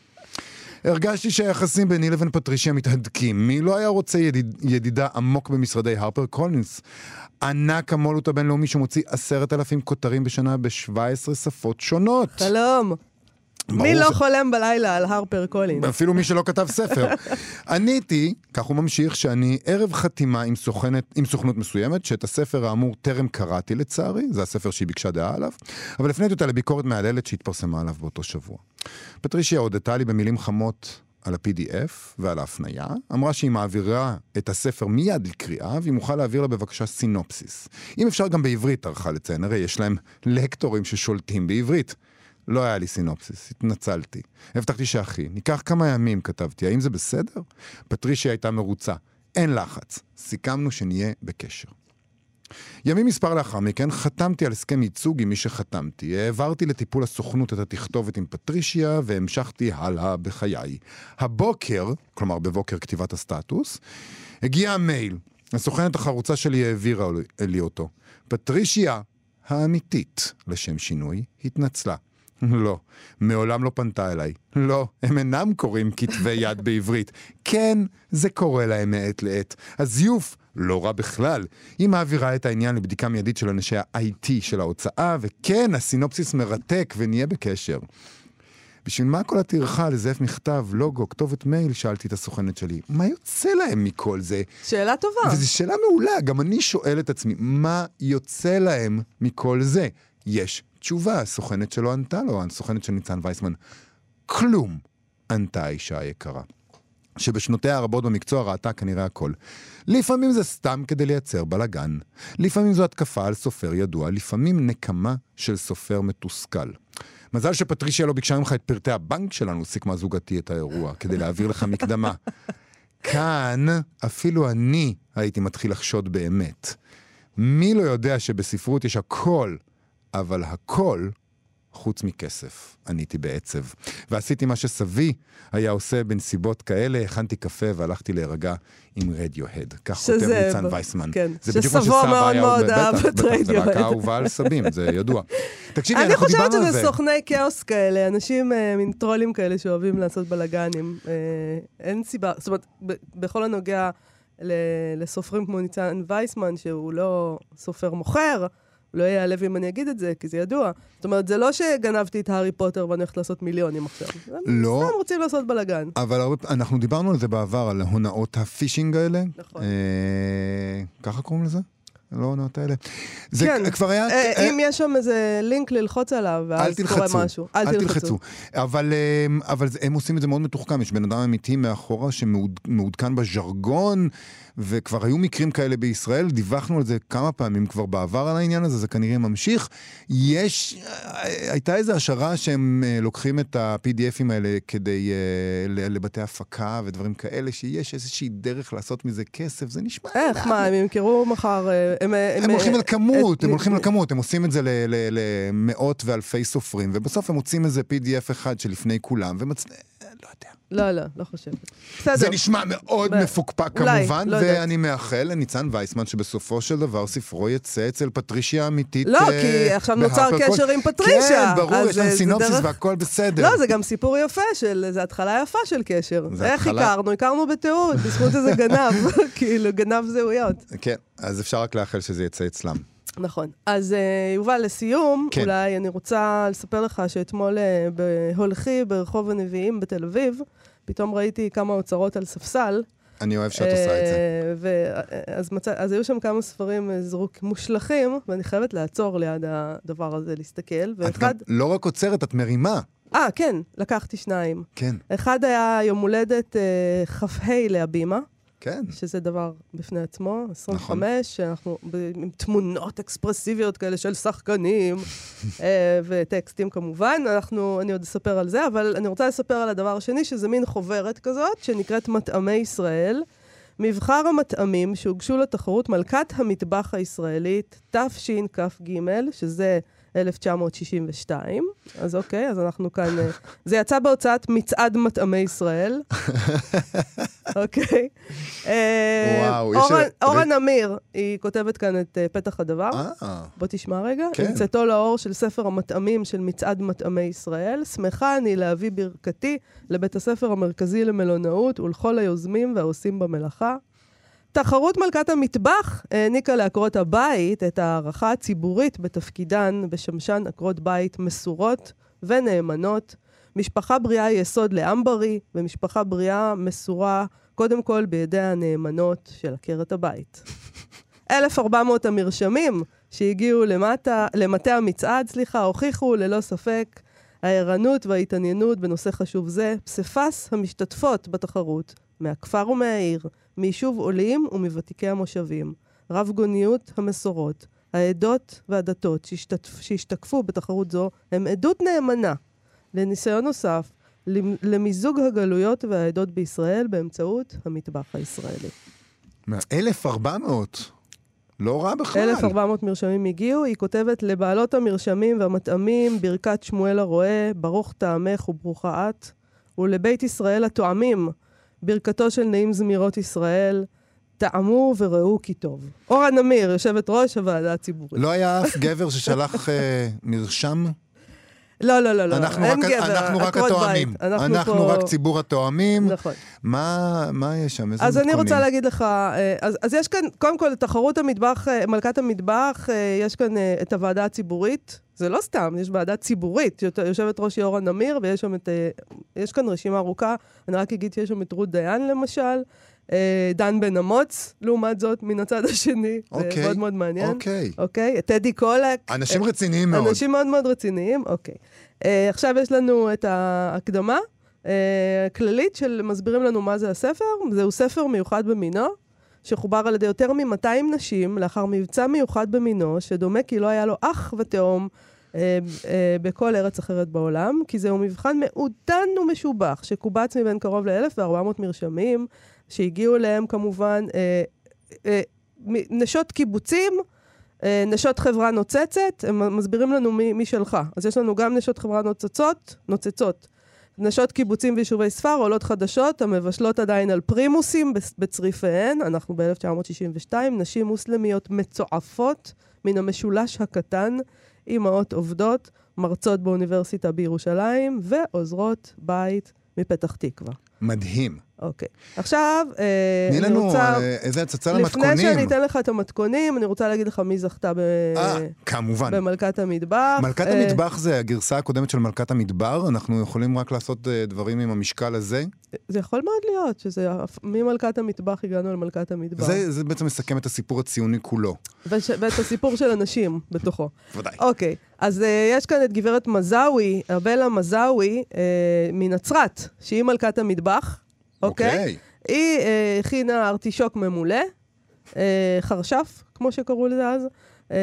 הרגשתי שהיחסים ביני לבין פטרישיה מתהדקים. מי לא היה רוצה ידיד, ידידה עמוק במשרדי הרפר קולינס? ענק המו"לות הבינלאומי שמוציא עשרת אלפים כותרים בשנה ב-שבע עשרה שפות שונות. שלום. מי לא חולם בלילה על הרפר קולינס? אפילו מי שלא כתב ספר. עניתי, כך הוא ממשיך, שאני ערב חתימה עם, סוכנת, עם סוכנות מסוימת, שאת הספר האמור טרם קראתי לצערי, זה הספר שהיא ביקשה דעה עליו, אבל הפניתי אותה לביקורת מהללת שהתפרסמה עליו באותו שבוע. פטרישיה הודתה לי במילים חמות על ה-פי די אף ועל ההפניה, אמרה שהיא מעבירה את הספר מיד לקריאה, והיא מוכנה להעביר לה בבקשה סינופסיס. אם אפשר גם בעברית, ערכה לציין, הרי יש להם לקטורים ששולטים בעברית. לא היה לי סינופסיס, התנצלתי. הבטחתי שאחי, ניקח כמה ימים, כתבתי, האם זה בסדר? פטרישיה הייתה מרוצה, אין לחץ. סיכמנו שנהיה בקשר. ימים מספר לאחר מכן חתמתי על הסכם ייצוג עם מי שחתמתי. העברתי לטיפול הסוכנות את התכתובת עם פטרישיה והמשכתי הלאה בחיי. הבוקר, כלומר בבוקר כתיבת הסטטוס, הגיע המייל. הסוכנת החרוצה שלי העבירה לי אותו. פטרישיה האמיתית, לשם שינוי, התנצלה. לא, מעולם לא פנתה אליי. לא, הם אינם קוראים כתבי יד בעברית. כן, זה קורה להם מעת לעת. הזיוף לא רע בכלל. היא מעבירה את העניין לבדיקה מיידית של אנשי ה-איי טי של ההוצאה, וכן, הסינופסיס מרתק ונהיה בקשר. בשביל מה כל הטרחה לזייף מכתב, לוגו, כתובת מייל, שאלתי את הסוכנת שלי. מה יוצא להם מכל זה? שאלה טובה. וזו שאלה מעולה. גם אני שואל את עצמי, מה יוצא להם מכל זה? יש תשובה, הסוכנת שלו ענתה לו, הסוכנת של ניצן וייסמן. כלום, ענתה האישה היקרה. שבשנותיה הרבות במקצוע ראתה כנראה הכל. לפעמים זה סתם כדי לייצר בלגן. לפעמים זו התקפה על סופר ידוע, לפעמים נקמה של סופר מתוסכל. מזל שפטרישיה לא ביקשה ממך את פרטי הבנק שלנו, סיכמה זוגתי את האירוע, כדי להעביר לך מקדמה. כאן, אפילו אני הייתי מתחיל לחשוד באמת. מי לא יודע שבספרות יש הכל, אבל הכל חוץ מכסף. עניתי בעצב. ועשיתי מה שסבי היה עושה בנסיבות כאלה, הכנתי קפה והלכתי להירגע עם רדיוהד. כך חוטב ניצן וייסמן. כן. זה בדיוק מה שסבא היה עוד בטח, בטח, זה רק האהובה על סבים, זה ידוע. תקשיבי, אנחנו דיברנו על זה. אני חושבת שזה סוכני כאוס כאלה, אנשים מין טרולים כאלה שאוהבים לעשות בלגנים. אין סיבה, זאת אומרת, בכל הנוגע לסופרים כמו ניצן וייסמן, שהוא לא סופר מוכר, לא יהיה הלב אם אני אגיד את זה, כי זה ידוע. זאת אומרת, זה לא שגנבתי את הארי פוטר ואני הולכת לעשות מיליונים עכשיו. לא. הם רוצים לעשות בלגן. אבל אנחנו דיברנו על זה בעבר, על הונאות הפישינג האלה. נכון. ככה קוראים לזה? לא הונאות האלה. זה כן. כבר היה... אם יש שם איזה לינק ללחוץ עליו, ואז קורה משהו. אל תלחצו. אבל הם עושים את זה מאוד מתוחכם. יש בן אדם אמיתי מאחורה שמעודכן בז'רגון, וכבר היו מקרים כאלה בישראל, דיווחנו על זה כמה פעמים כבר בעבר על העניין הזה, זה כנראה ממשיך. יש, הייתה איזו השערה שהם לוקחים את ה-פי די אפים האלה כדי לבתי הפקה ודברים כאלה, שיש איזושהי דרך לעשות מזה כסף, זה נשמע... איך, מה, הם ימכרו מחר... הם הולכים על כמות, הם הולכים על כמות, הם עושים את זה למאות ואלפי סופרים, ובסוף הם מוצאים איזה פי די אף אחד שלפני כולם, ומצ... לא יודע. לא, לא, לא חושבת. זה נשמע מאוד מפוקפק כמובן, ואני מאחל לניצן וייסמן שבסופו של דבר ספרו יצא אצל פטרישיה אמיתית. לא, כי עכשיו נוצר קשר עם פטרישיה. כן, ברור, יש לנו סינופסיס והכל בסדר. לא, זה גם סיפור יפה, זה התחלה יפה של קשר. איך הכרנו? הכרנו בתיעוד, בזכות איזה גנב, כאילו גנב זהויות. כן, אז אפשר רק לאחל שזה יצא אצלם. נכון. אז יובל, לסיום, כן. אולי אני רוצה לספר לך שאתמול בהולכי ברחוב הנביאים בתל אביב, פתאום ראיתי כמה הוצרות על ספסל. אני אוהב שאת עושה את זה. ואז מצא, אז היו שם כמה ספרים זרוק מושלכים, ואני חייבת לעצור ליד הדבר הזה, להסתכל. ואחד... את גם לא רק עוצרת, את מרימה. אה, כן, לקחתי שניים. כן. אחד היה יום הולדת כ"ה להבימה. כן. שזה דבר בפני עצמו, עשרים וחמש, שאנחנו עם תמונות אקספרסיביות כאלה של שחקנים, וטקסטים כמובן, אנחנו, אני עוד אספר על זה, אבל אני רוצה לספר על הדבר השני, שזה מין חוברת כזאת, שנקראת מטעמי ישראל, מבחר המטעמים שהוגשו לתחרות מלכת המטבח הישראלית, תשכ"ג, שזה אלף תשע מאות שישים ושתיים. אז אוקיי, אז אנחנו כאן... זה יצא בהוצאת מצעד מטעמי ישראל. אוקיי. וואו, יש... אורה נמיר, היא כותבת כאן את פתח הדבר. בוא תשמע רגע. המצאתו לאור של ספר המטעמים של מצעד מטעמי ישראל. שמחה אני להביא ברכתי לבית הספר המרכזי למלונאות ולכל היוזמים והעושים במלאכה. תחרות מלכת המטבח העניקה לעקרות הבית את הערכה הציבורית בתפקידן בשמשן עקרות בית מסורות ונאמנות. משפחה בריאה היא יסוד לאמברי, ומשפחה בריאה מסורה קודם כל בידי הנאמנות של עקרת הבית. אלף וארבע מאות המרשמים שהגיעו למטה, למטה המצעד, סליחה, הוכיחו ללא ספק הערנות וההתעניינות בנושא חשוב זה, פספס המשתתפות בתחרות מהכפר ומהעיר, מיישוב עולים ומוותיקי המושבים, רב גוניות המסורות, העדות והדתות שהשתתפ... שהשתקפו בתחרות זו, הם עדות נאמנה לניסיון נוסף, למיזוג הגלויות והעדות בישראל באמצעות המטבח הישראלי. אלף וארבע מאות? לא רע בכלל. אלף וארבע מאות מרשמים הגיעו, היא כותבת לבעלות המרשמים והמטעמים, ברכת שמואל הרועה, ברוך טעמך וברוכה את, ולבית ישראל התואמים, ברכתו של נעים זמירות ישראל, טעמו וראו כי טוב. אורה נמיר, יושבת ראש הוועדה הציבורית. לא היה אף גבר ששלח אה, מרשם? לא, לא, לא, לא. אנחנו אין רק, גבר, אנחנו רק עקרות התואמים. בית. אנחנו, אנחנו פה... רק ציבור התואמים. נכון. מה, מה יש שם? איזה אז מתכונים? אני רוצה להגיד לך, אז, אז יש כאן, קודם כל, תחרות המטבח, מלכת המטבח, יש כאן את הוועדה הציבורית. זה לא סתם, יש ועדה ציבורית. יושבת ראש אורה נמיר, ויש שם את, יש כאן רשימה ארוכה. אני רק אגיד שיש שם את רות דיין, למשל. דן בן אמוץ, לעומת זאת, מן הצד השני. אוקיי. זה מאוד מאוד מעניין. אוקיי. אוקיי. טדי קולק. אנשים רציניים מאוד. אנשים מאוד מאוד רציניים, אוקיי. Uh, עכשיו יש לנו את ההקדמה uh, כללית של מסבירים לנו מה זה הספר. זהו ספר מיוחד במינו, שחובר על ידי יותר מ-מאתיים נשים, לאחר מבצע מיוחד במינו, שדומה כי לא היה לו אח ותאום uh, uh, בכל ארץ אחרת בעולם, כי זהו מבחן מעודן ומשובח, שקובץ מבין קרוב ל-אלף וארבע מאות מרשמים, שהגיעו להם כמובן uh, uh, נשות קיבוצים, נשות חברה נוצצת, הם מסבירים לנו מי, מי שלך. אז יש לנו גם נשות חברה נוצצות, נוצצות. נשות קיבוצים ויישובי ספר, עולות חדשות, המבשלות עדיין על פרימוסים בצריפיהן, אנחנו ב-אלף תשע מאות שישים ושתיים, נשים מוסלמיות מצועפות מן המשולש הקטן, אמהות עובדות, מרצות באוניברסיטה בירושלים, ועוזרות בית מפתח תקווה. מדהים. אוקיי. עכשיו, תני אני לנו רוצה... איזה הצצה למתכונים. לפני שאני אתן לך את המתכונים, אני רוצה להגיד לך מי זכתה ב... אה, כמובן. במלכת המטבח. מלכת המטבח זה הגרסה הקודמת של מלכת המדבר, אנחנו יכולים רק לעשות דברים עם המשקל הזה. זה יכול מאוד להיות, שזה ממלכת המטבח הגענו למלכת המדבר. זה, זה בעצם מסכם את הסיפור הציוני כולו. וש... ואת הסיפור של אנשים בתוכו. ודאי. אוקיי, אז uh, יש כאן את גברת מזאוי, ארבלה מזאוי, uh, מנצרת, שהיא מלכת המטבח. אוקיי? Okay. היא uh, הכינה ארטישוק ממולא, uh, חרשף, כמו שקראו לזה אז. Uh,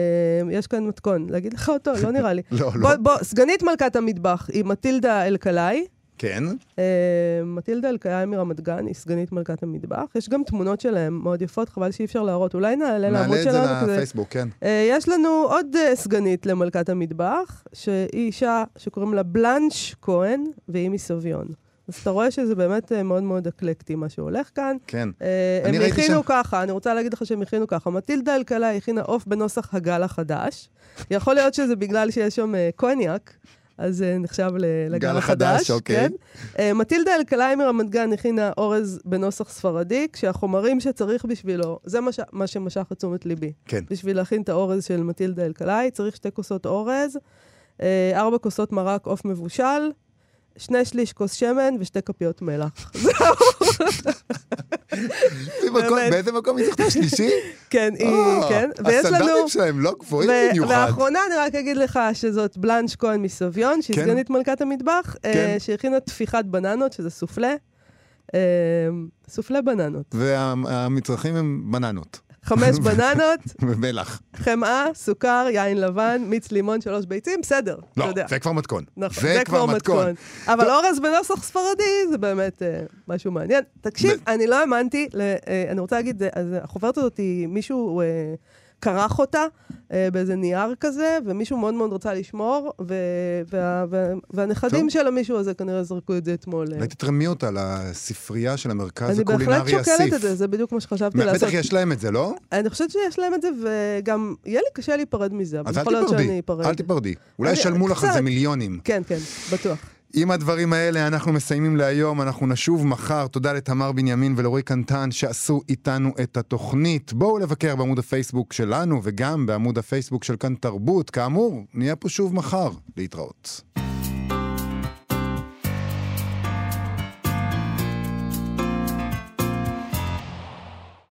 יש כאן מתכון, להגיד לך אותו? לא נראה לי. לא, בוא, לא. בוא, סגנית מלכת המטבח היא מטילדה אלקלעי. כן. Uh, מטילדה אלקלעי מרמת גן, היא סגנית מלכת המטבח. יש גם תמונות שלהם מאוד יפות, חבל שאי אפשר להראות. אולי נעלה לעמוד שלנו. נעלה את זה לפייסבוק, כן. Uh, יש לנו עוד uh, סגנית למלכת המטבח, שהיא אישה שקוראים לה בלנש כהן, והיא מסביון. אז אתה רואה שזה באמת מאוד מאוד אקלקטי מה שהולך כאן. כן. הם הכינו ככה, אני רוצה להגיד לך שהם הכינו ככה. מטילדה אלקלעי הכינה עוף בנוסח הגל החדש. יכול להיות שזה בגלל שיש שם קוניאק, אז זה נחשב לגל החדש. אוקיי. מטילדה אלקלעי מרמת גן הכינה אורז בנוסח ספרדי, כשהחומרים שצריך בשבילו, זה מה שמשך את תשומת ליבי. כן. בשביל להכין את האורז של מטילדה אלקלעי, צריך שתי כוסות אורז, ארבע כוסות מרק עוף מבושל, שני שליש כוס שמן ושתי כפיות מלח. באיזה מקום היא זכתה שלישי? כן, היא, כן. הסטנדרטים שלהם לא גבוהים במיוחד. והאחרונה אני רק אגיד לך שזאת בלנש כהן מסביון, שהיא סגנית מלכת המטבח, שהכינה תפיחת בננות, שזה סופלה. סופלה בננות. והמצרכים הם בננות. חמש בננות. ומלח. חמאה, סוכר, יין לבן, מיץ לימון, שלוש ביצים, בסדר. לא, זה כבר מתכון. נכון, זה כבר מתכון. אבל אורז בנוסח ספרדי זה באמת משהו מעניין. תקשיב, אני לא האמנתי, אני רוצה להגיד, החוברת הזאת היא, מישהו קרח אותה באיזה נייר כזה, ומישהו מאוד מאוד רצה לשמור, והנכדים של המישהו הזה כנראה זרקו את זה אתמול. הייתי תרמי אותה לספרייה של המרכז הקולינרי אני אסיף. בהחלט שוקלת את זה, זה בדיוק מה שחשבתי לעשות. בטח יש להם את זה, לא? אני חושבת שיש להם את זה, וגם יהיה לי קשה להיפרד מזה. אז אל תיפרדי, אל תיפרדי. אולי ישלמו לך על זה מיליונים. כן, כן, בטוח. עם הדברים האלה אנחנו מסיימים להיום, אנחנו נשוב מחר. תודה לתמר בנימין ולרועי קנטן שעשו איתנו את התוכנית. בואו לבקר בעמוד הפייסבוק שלנו וגם בעמוד הפייסבוק של כאן תרבות. כאמור, נהיה פה שוב מחר. להתראות.